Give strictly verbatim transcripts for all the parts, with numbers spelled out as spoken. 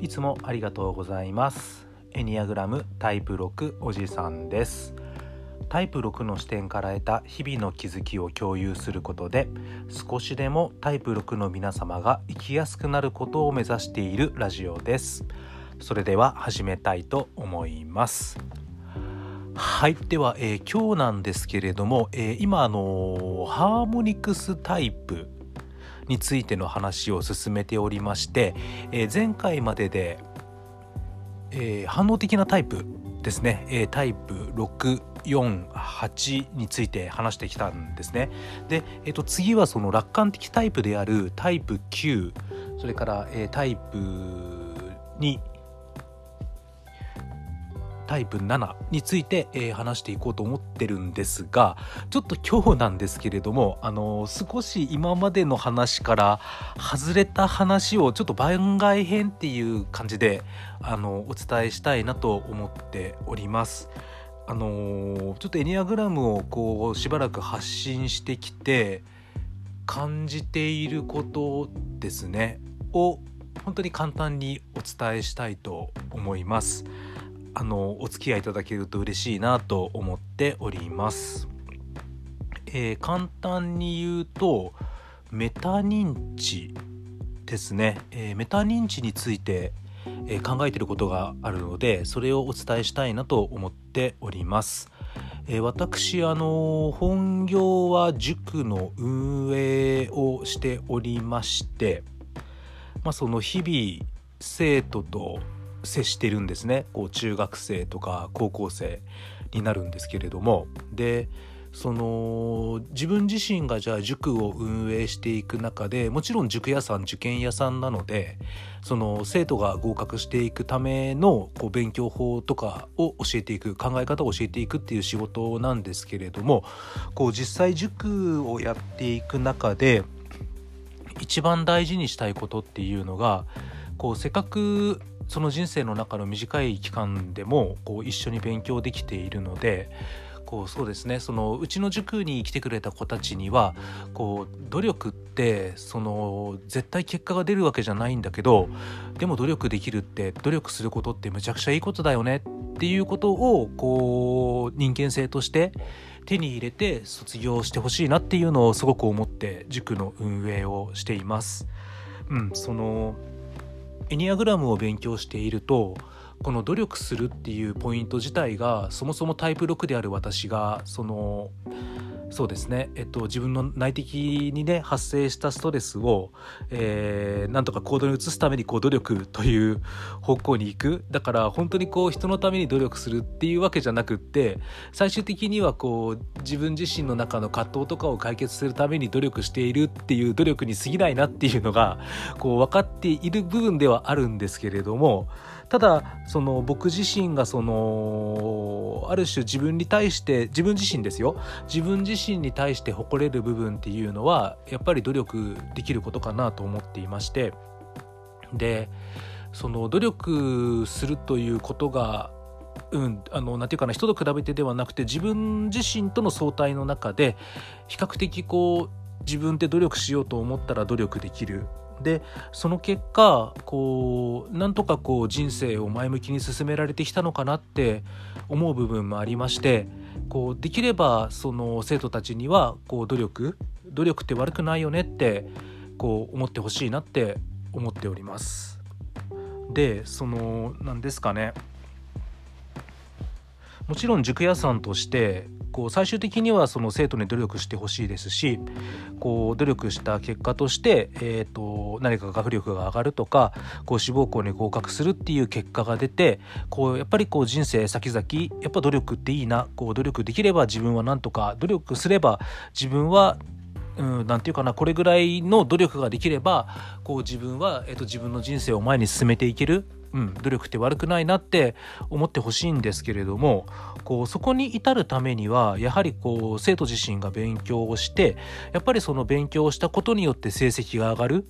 つもありがとうございます。エニアグラムタイプろくおじさんです。タイプろくの視点から得た日々の気づきを共有することで、少しでもタイプろくの皆様が生きやすくなることを目指しているラジオです。それでは始めたいと思います。はい、では、えー、今日なんですけれども、えー、今あのー、ハーモニクスタイプについての話を進めておりまして、えー、前回までで、えー、反応的なタイプですね、えー、タイプろく、よん、はちについて話してきたんですね。で、えー、と次はその楽観的タイプであるタイプきゅう、それから、えー、タイプに、タイプななについて、えー、話していこうと思ってるんですが、ちょっと今日なんですけれども、あのー、少し今までの話から外れた話をちょっと番外編っていう感じで、あのー、お伝えしたいなと思っております。あのー、ちょっとエニアグラムをこうしばらく発信してきて感じていることですねを本当に簡単にお伝えしたいと思います。あのお付き合いいただけると嬉しいなと思っております。えー、簡単に言うとメタ認知ですね、えー、メタ認知について、えー、考えていることがあるので、それをお伝えしたいなと思っております。えー、私あの本業は塾の運営をしておりまして、まあ、その日々生徒と接してるんですね。こう中学生とか高校生になるんですけれども、でその自分自身がじゃあ塾を運営していく中で、もちろん塾屋さん受験屋さんなので、その生徒が合格していくためのこう勉強法とかを教えていく、考え方を教えていくっていう仕事なんですけれども、こう実際塾をやっていく中で一番大事にしたいことっていうのが、こうせっかくその人生の中の短い期間でもこう一緒に勉強できているので、こうそうですね、そのうちの塾に来てくれた子たちにはこう努力ってその絶対結果が出るわけじゃないんだけど、でも努力できるって、努力することってむちゃくちゃいいことだよねっていうことをこう人間性として手に入れて卒業してほしいなっていうのをすごく思って塾の運営をしています。うん、そのエニアグラムを勉強していると、この努力するっていうポイント自体がそもそもタイプろくである私がそのそうですね、えっと、自分の内的にね発生したストレスを、えー、なんとか行動に移すためにこう努力という方向に行く。だから本当にこう人のために努力するっていうわけじゃなくって、最終的にはこう自分自身の中の葛藤とかを解決するために努力しているっていう努力に過ぎないなっていうのがこう分かっている部分ではあるんですけれども、ただその僕自身がそのある種自分に対して、自分自身ですよ、自分自身に対して誇れる部分っていうのはやっぱり努力できることかなと思っていまして、でその努力するということがうん、あのなんていうかな、人と比べてではなくて自分自身との相対の中で比較的こう自分で努力しようと思ったら努力できる。でその結果こうなんとかこう人生を前向きに進められてきたのかなって思う部分もありまして、こうできればその生徒たちにはこう努力努力って悪くないよねってこう思ってほしいなって思っております。でそのなんですかね、もちろん塾屋さんとしてこう最終的にはその生徒に努力してほしいですし、こう努力した結果として、えーと、何か学力が上がるとか、こう志望校に合格するっていう結果が出て、こうやっぱりこう人生先々やっぱ努力っていいな、こう努力できれば自分はなんとか、努力すれば自分はうん、なんていうかな、これぐらいの努力ができればこう自分は、えーと、自分の人生を前に進めていける。うん、努力って悪くないなって思ってほしいんですけれども、こうそこに至るためにはやはりこう生徒自身が勉強をして、やっぱりその勉強をしたことによって成績が上がる。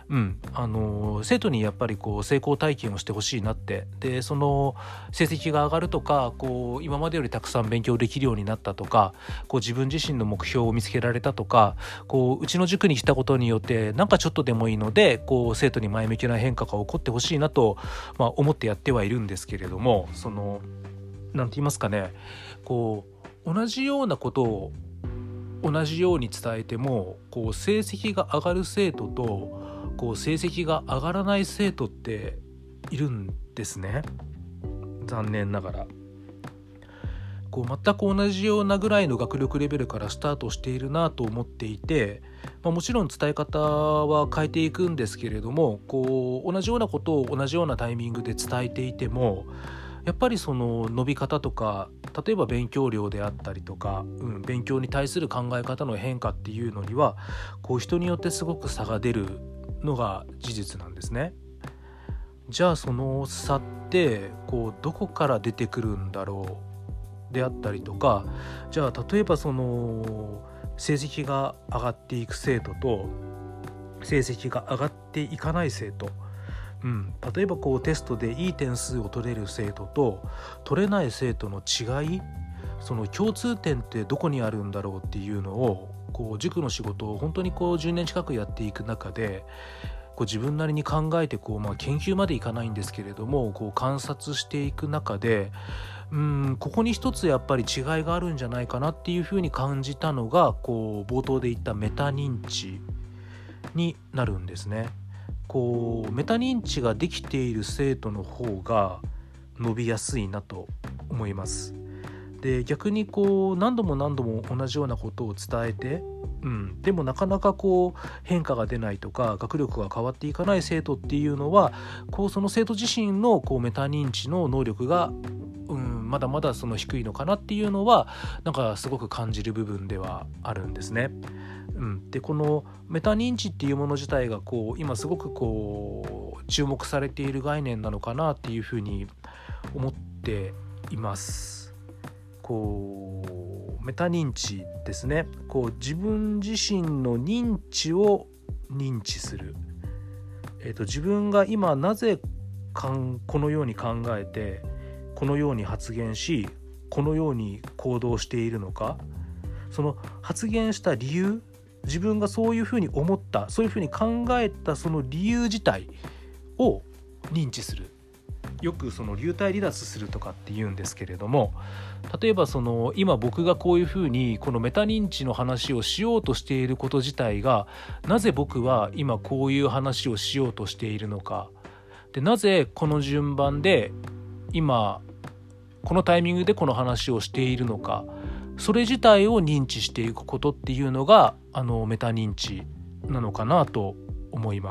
うん、あの生徒にやっぱりこう成功体験をしてほしいなって、でその成績が上がるとか、こう今までよりたくさん勉強できるようになったとか、こう自分自身の目標を見つけられたとか、こううちの塾に来たことによってなんかちょっとでもいいので、こう生徒に前向きな変化が起こってほしいなと、まあ、思ってやってはいるんですけれども、そのなんて言いますかね、こう同じようなことを同じように伝えても、こう成績が上がる生徒とこう成績が上がらない生徒っているんですね。残念ながらこう全く同じようなぐらいの学力レベルからスタートしているなと思っていて、まあ、もちろん伝え方は変えていくんですけれども、こう同じようなことを同じようなタイミングで伝えていても、やっぱりその伸び方とか、例えば勉強量であったりとか、うん、勉強に対する考え方の変化っていうのには、こう人によってすごく差が出るのが事実なんですね。じゃあその差ってこうどこから出てくるんだろうであったりとか、じゃあ例えばその成績が上がっていく生徒と成績が上がっていかない生徒、うん、例えばこうテストでいい点数を取れる生徒と取れない生徒の違い、その共通点ってどこにあるんだろうっていうのを、こう塾の仕事を本当にこうじゅうねん近くやっていく中で、こう自分なりに考えてこう、まあ、研究までいかないんですけれども、こう観察していく中で、うんここに一つやっぱり違いがあるんじゃないかなっていうふうに感じたのが、こう冒頭で言ったメタ認知になるんですね。こうメタ認知ができている生徒の方が伸びやすいなと思います。で逆にこう何度も何度も同じようなことを伝えて、うん、でもなかなかこう変化が出ないとか学力が変わっていかない生徒っていうのは、こうその生徒自身のこうメタ認知の能力が、うん、まだまだその低いのかなっていうのは、なんかすごく感じる部分ではあるんですね。うん、でこのメタ認知っていうもの自体がこう今すごくこう注目されている概念なのかなっていうふうに思っています。こうメタ認知ですね。こう自分自身の認知を認知する、えーと、自分が今なぜかんこのように考えてこのように発言しこのように行動しているのか、その発言した理由、自分がそういうふうに思った、そういうふうに考えたその理由自体を認知する。よくその流体離脱するとかって言うんですけれども、例えばその今僕がこういうふうにこのメタ認知の話をしようとしていること自体が、なぜ僕は今こういう話をしようとしているのか、でなぜこの順番で今このタイミングでこの話をしているのか、それ自体を認知していくことっていうのがあのメタ認知なのかなと思います。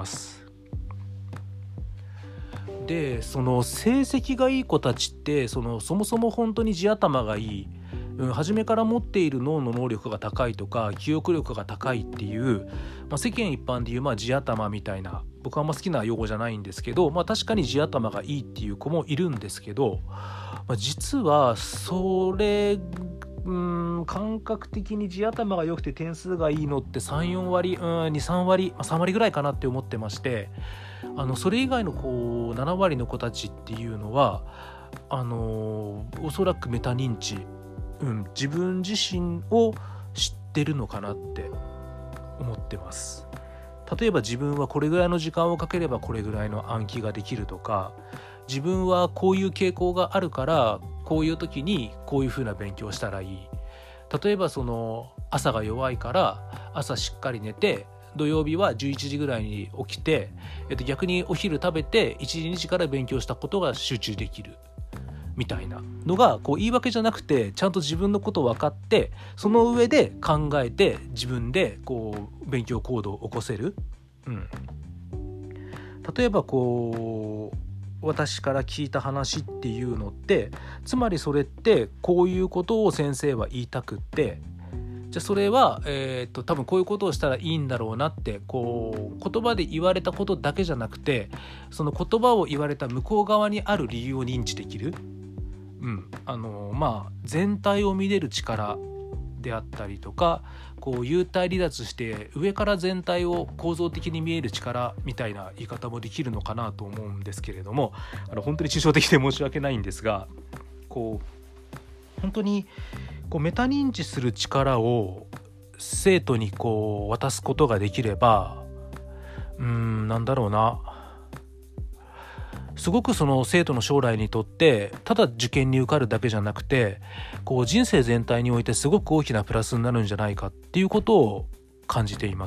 でその成績がいい子たちってそのそもそも本当に地頭がいい、うん、初めから持っている脳の能力が高いとか記憶力が高いっていう、まあ、世間一般でいうまあ地頭みたいな、僕はあんま好きな用語じゃないんですけど、まあ、確かに地頭がいいっていう子もいるんですけど、まあ、実はそれうーん感覚的に地頭が良くて点数がいいのってさん、よん割、うん、に、さん割、さん割ぐらいかなって思ってまして、あのそれ以外のこうなな割の子たちっていうのはあのおそらくメタ認知、うん、自分自身を知ってるのかなって思ってます。例えば自分はこれぐらいの時間をかければこれぐらいの暗記ができるとか、自分はこういう傾向があるからこういう時にこういう風な勉強をしたらいい。例えばその朝が弱いから朝しっかり寝て土曜日はじゅういちじぐらいに起きて、えっと、逆にお昼食べていちじにじから勉強したことが集中できるみたいなのがこう言い訳じゃなくて、ちゃんと自分のことを分かってその上で考えて自分でこう勉強行動を起こせる、うん、例えばこう私から聞いた話っていうのって、つまりそれってこういうことを先生は言いたくって、じゃあそれは、えー、っと多分こういうことをしたらいいんだろうなって、こう言葉で言われたことだけじゃなくて、その言葉を言われた向こう側にある理由を認知できる、うん、あのまあ全体を見れる力であったりとか、こう幽体離脱して上から全体を構造的に見える力みたいな言い方もできるのかなと思うんですけれども、あの本当に抽象的で申し訳ないんですが、こう本当にこうメタ認知する力を生徒にこう渡すことができれば、うーんなんだろうなすごくその生徒の将来にとってただ受験に受かるだけじゃなくて、こう人生全体においてすごく大きなプラスになるんじゃないかっていうことを感じています。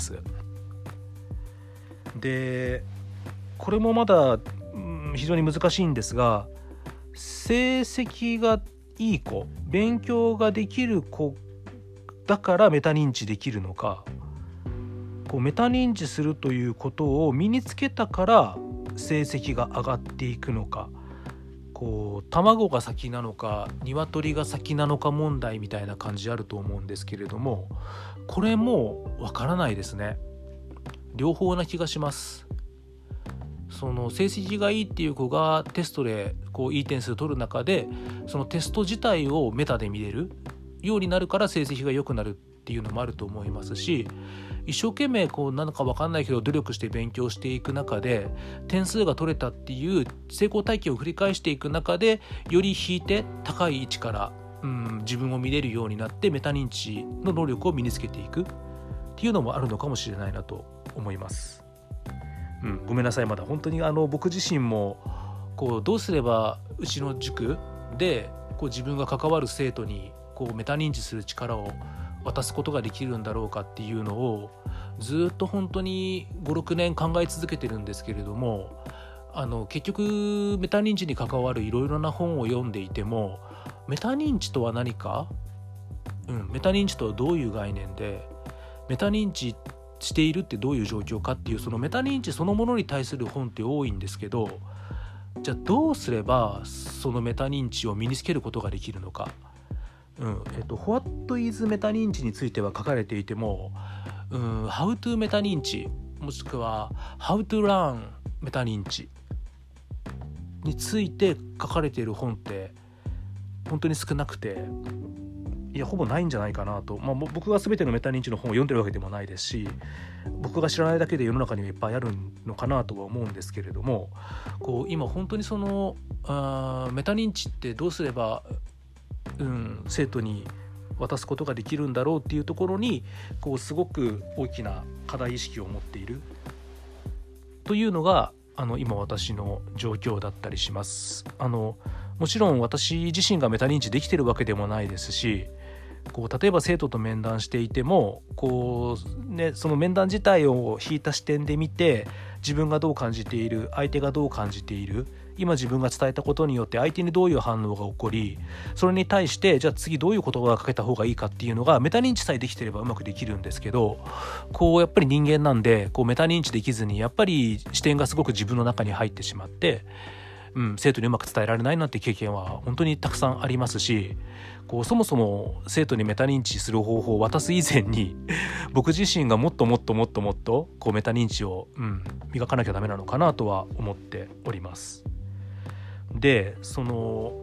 でこれもまだ、うん、非常に難しいんですが、成績がいい子、勉強ができる子だからメタ認知できるのか、こうメタ認知するということを身につけたから成績が上がっていくのか、こう卵が先なのか鶏が先なのか問題みたいな感じあると思うんですけれども、これもわからないですね。両方な気がします。その成績がいいっていう子がテストでこういい点数取る中で、そのテスト自体をメタで見れるようになるから成績が良くなるっていうのもあると思いますし、一生懸命こうなのか分かんないけど努力して勉強していく中で点数が取れたっていう成功体験を繰り返していく中で、より引いて高い位置から、うん、自分を見れるようになってメタ認知の能力を身につけていくっていうのもあるのかもしれないなと思います。うん、ごめんなさい。まだ本当にあの僕自身もこうどうすればうちの塾でこう自分が関わる生徒にこうメタ認知する力を渡すことができるんだろうかっていうのをずっと本当にご、ろくねん考え続けてるんですけれども、あの結局メタ認知に関わるいろいろな本を読んでいても、メタ認知とは何か、うん、メタ認知とはどういう概念で、メタ認知しているってどういう状況かっていう、そのメタ認知そのものに対する本って多いんですけど、じゃあどうすればそのメタ認知を身につけることができるのか。うんえっと、What is メタ認知については書かれていても、うん、How to メタ認知もしくは How to learn メタ認知について書かれている本って本当に少なくて、いやほぼないんじゃないかなと、まあ、僕が全てのメタ認知の本を読んでるわけでもないですし、僕が知らないだけで世の中にはいっぱいあるのかなとは思うんですけれども、こう今本当にそのあメタ認知ってどうすればうん、生徒に渡すことができるんだろうっていうところにこうすごく大きな課題意識を持っているというのがあの今私の状況だったりします。あのもちろん私自身がメタ認知できてるわけでもないですし、こう例えば生徒と面談していてもこう、ね、その面談自体を引いた視点で見て、自分がどう感じている、相手がどう感じている、今自分が伝えたことによって相手にどういう反応が起こり、それに対してじゃあ次どういう言葉がかけた方がいいかっていうのがメタ認知さえできてればうまくできるんですけど、こうやっぱり人間なんでこうメタ認知できずにやっぱり視点がすごく自分の中に入ってしまって、うん、生徒にうまく伝えられないなんて経験は本当にたくさんありますし、こうそもそも生徒にメタ認知する方法を渡す以前に僕自身がもっともっともっともっとこうメタ認知を、うん、磨かなきゃダメなのかなとは思っております。でその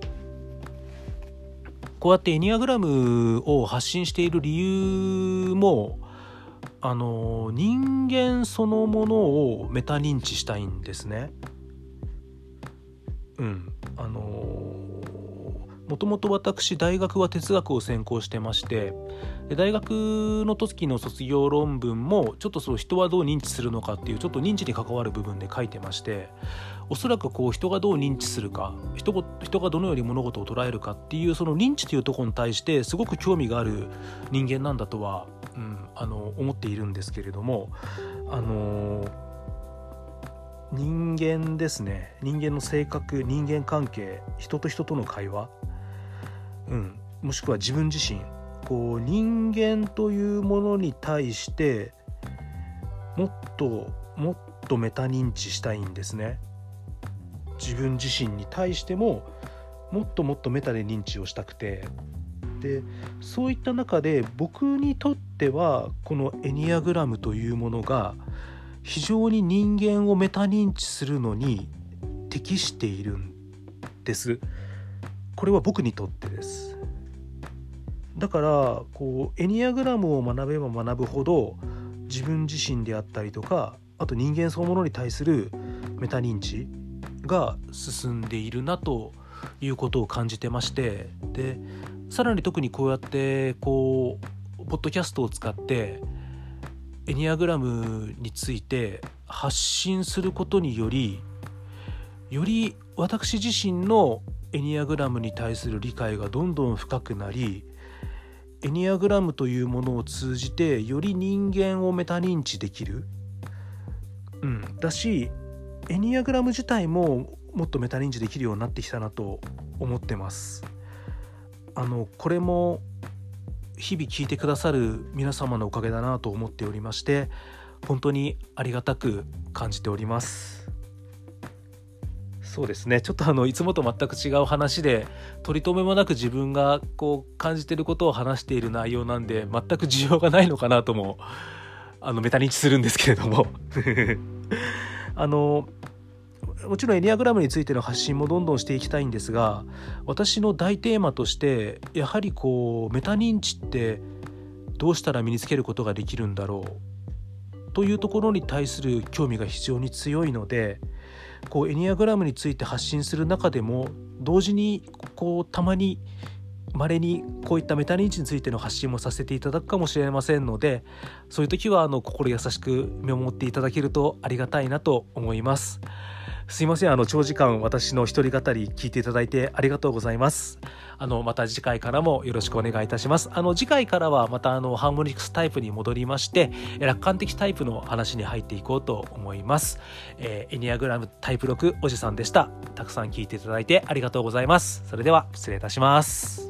こうやってエニアグラムを発信している理由も、あの人間そのものをメタ認知したいんですね。うんあのもともと私大学は哲学を専攻してまして、で大学の時の卒業論文もちょっとその人はどう認知するのかっていうちょっと認知に関わる部分で書いてまして、おそらくこう人がどう認知するか、人が、人がどのように物事を捉えるかっていうその認知というところに対してすごく興味がある人間なんだとは、うん、あの思っているんですけれども、あの人間ですね、人間の性格、人間関係、人と人との会話、うん、もしくは自分自身、こう人間というものに対してもっともっとメタ認知したいんですね。自分自身に対してももっともっとメタで認知をしたくて、でそういった中で僕にとってはこのエニアグラムというものが非常に人間をメタ認知するのに適しているんです。これは僕にとってです。 だからこうエニアグラムを学べば学ぶほど自分自身であったりとか、あと人間そのものに対するメタ認知が進んでいるなということを感じてまして、でさらに特にこうやってこうポッドキャストを使ってエニアグラムについて発信することによりより私自身のエニアグラムに対する理解がどんどん深くなり、エニアグラムというものを通じてより人間をメタ認知できる、うん、だしエニアグラム自体ももっとメタ認知できるようになってきたなと思ってます。あのこれも日々聞いてくださる皆様のおかげだなと思っておりまして、本当にありがたく感じております。そうですね、ちょっとあのいつもと全く違う話で取り留めもなく自分がこう感じていることを話している内容なんで、全く需要がないのかなともあのメタ認知するんですけれどもあのもちろんエニアグラムについての発信もどんどんしていきたいんですが、私の大テーマとしてやはりこうメタ認知ってどうしたら身につけることができるんだろうというところに対する興味が非常に強いので、こうエニアグラムについて発信する中でも同時にこうたまに稀にこういったメタ認知についての発信もさせていただくかもしれませんので、そういう時はあの心優しく見守っていただけるとありがたいなと思います。すいません、あの長時間私の一人語り聞いていただいてありがとうございます。あのまた次回からもよろしくお願いいたします。あの次回からはまたあのハーモニクスタイプに戻りまして、楽観的タイプの話に入っていこうと思います。えー、エニアグラムタイプろくおじさんでした。たくさん聞いていただいてありがとうございます。それでは失礼いたします。